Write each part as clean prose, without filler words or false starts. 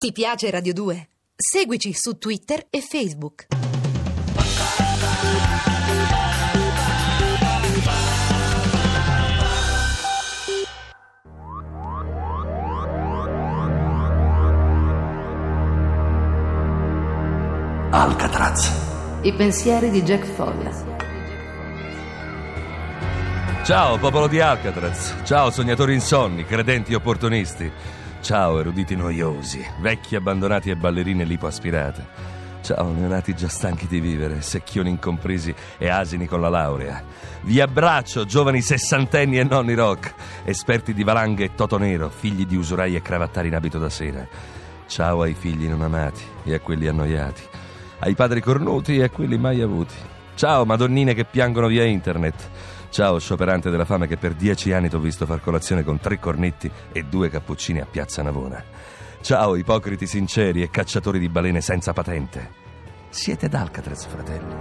Ti piace Radio 2? Seguici su Twitter e Facebook. Alcatraz. I pensieri di Jack Folla. Ciao popolo di Alcatraz, ciao sognatori insonni, credenti opportunisti, ciao eruditi noiosi, vecchi abbandonati e ballerine lipoaspirate, ciao neonati già stanchi di vivere, secchioni incompresi e asini con la laurea. Vi abbraccio, giovani sessantenni e nonni rock, esperti di valanghe e totonero, figli di usurai e cravattari in abito da sera. Ciao ai figli non amati e a quelli annoiati, ai padri cornuti e a quelli mai avuti. Ciao madonnine che piangono via internet. Ciao scioperante della fame che per 10 anni t'ho visto far colazione con 3 cornetti e 2 cappuccini a Piazza Navona. Ciao ipocriti sinceri e cacciatori di balene senza patente. Siete d'Alcatraz, fratelli.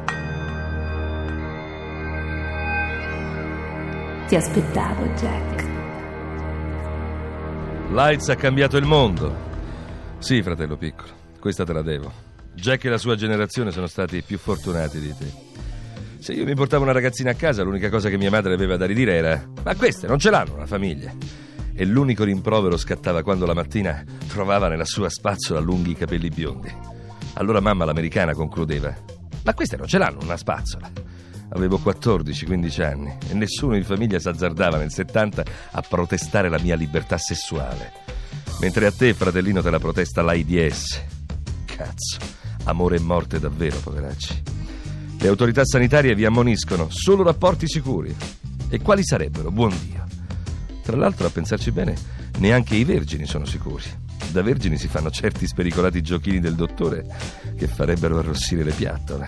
Ti aspettavo, Jack. Lights ha cambiato il mondo. Sì, fratello piccolo, questa te la devo. Jack e la sua generazione sono stati più fortunati di te. Se io mi portavo una ragazzina a casa, l'unica cosa che mia madre aveva da ridire era: ma queste non ce l'hanno una famiglia. E l'unico rimprovero scattava quando la mattina trovava nella sua spazzola lunghi capelli biondi. Allora mamma, l'americana, concludeva: ma queste non ce l'hanno una spazzola. Avevo 14-15 anni e nessuno in famiglia s'azzardava nel 70 a protestare la mia libertà sessuale. Mentre a te, fratellino, te la protesta l'AIDS. Cazzo, amore e morte davvero, poveracci. Le autorità sanitarie vi ammoniscono: solo rapporti sicuri. E quali sarebbero, buon Dio? Tra l'altro, a pensarci bene, neanche i vergini sono sicuri. Da vergini si fanno certi spericolati giochini del dottore che farebbero arrossire le piattole.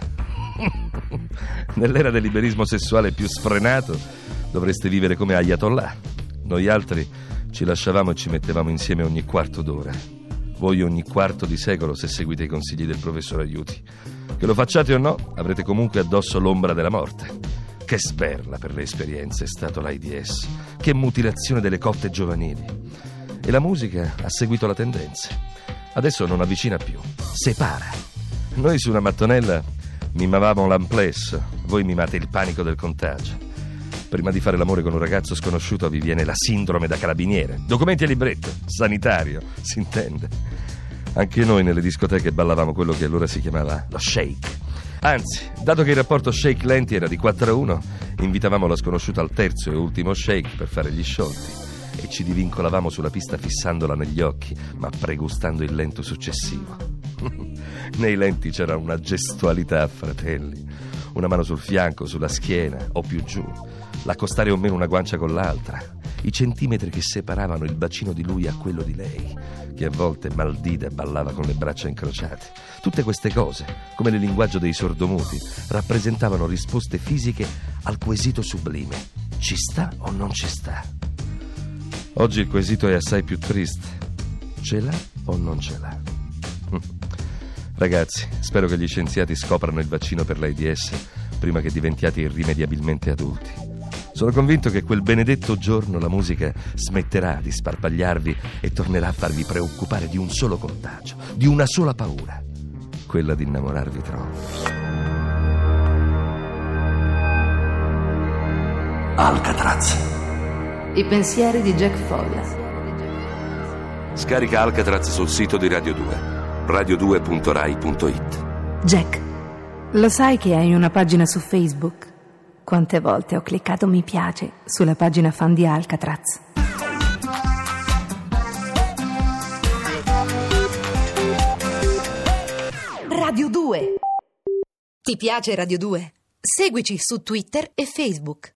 Nell'era del liberismo sessuale più sfrenato dovreste vivere come Ayatollah. Noi altri ci lasciavamo e ci mettevamo insieme ogni quarto d'ora. Voi ogni quarto di secolo, se seguite i consigli del professor Aiuti. Che lo facciate o no, avrete comunque addosso l'ombra della morte. Che sberla per le esperienze è stato l'AIDS. Che mutilazione delle cotte giovanili. E la musica ha seguito la tendenza. Adesso non avvicina più, separa. Noi su una mattonella mimavamo l'amplesso, voi mimate il panico del contagio. Prima di fare l'amore con un ragazzo sconosciuto vi viene la sindrome da carabiniere. Documenti e libretto, sanitario, si intende. Anche noi nelle discoteche ballavamo quello che allora si chiamava lo shake. Anzi, dato che il rapporto shake lenti era di 4-1, invitavamo la sconosciuta al terzo e ultimo shake per fare gli sciolti e ci divincolavamo sulla pista fissandola negli occhi, ma pregustando il lento successivo. Nei lenti c'era una gestualità, fratelli. Una mano sul fianco, sulla schiena o più giù, l'accostare o meno una guancia con l'altra, i centimetri che separavano il bacino di lui a quello di lei, che a volte maldita ballava con le braccia incrociate. Tutte queste cose, come nel linguaggio dei sordomuti, rappresentavano risposte fisiche al quesito sublime: ci sta o non ci sta? Oggi il quesito è assai più triste: ce l'ha o non ce l'ha? Ragazzi, spero che gli scienziati scoprano il vaccino per l'AIDS prima che diventiate irrimediabilmente adulti. Sono convinto che quel benedetto giorno la musica smetterà di sparpagliarvi e tornerà a farvi preoccupare di un solo contagio, di una sola paura: quella di innamorarvi troppo. Alcatraz. I pensieri di Jack Folla. Scarica Alcatraz sul sito di Radio 2. radio2.rai.it. Jack, lo sai che hai una pagina su Facebook? Quante volte ho cliccato mi piace sulla pagina fan di Alcatraz. Radio 2. Ti piace Radio 2? Seguici su Twitter e Facebook.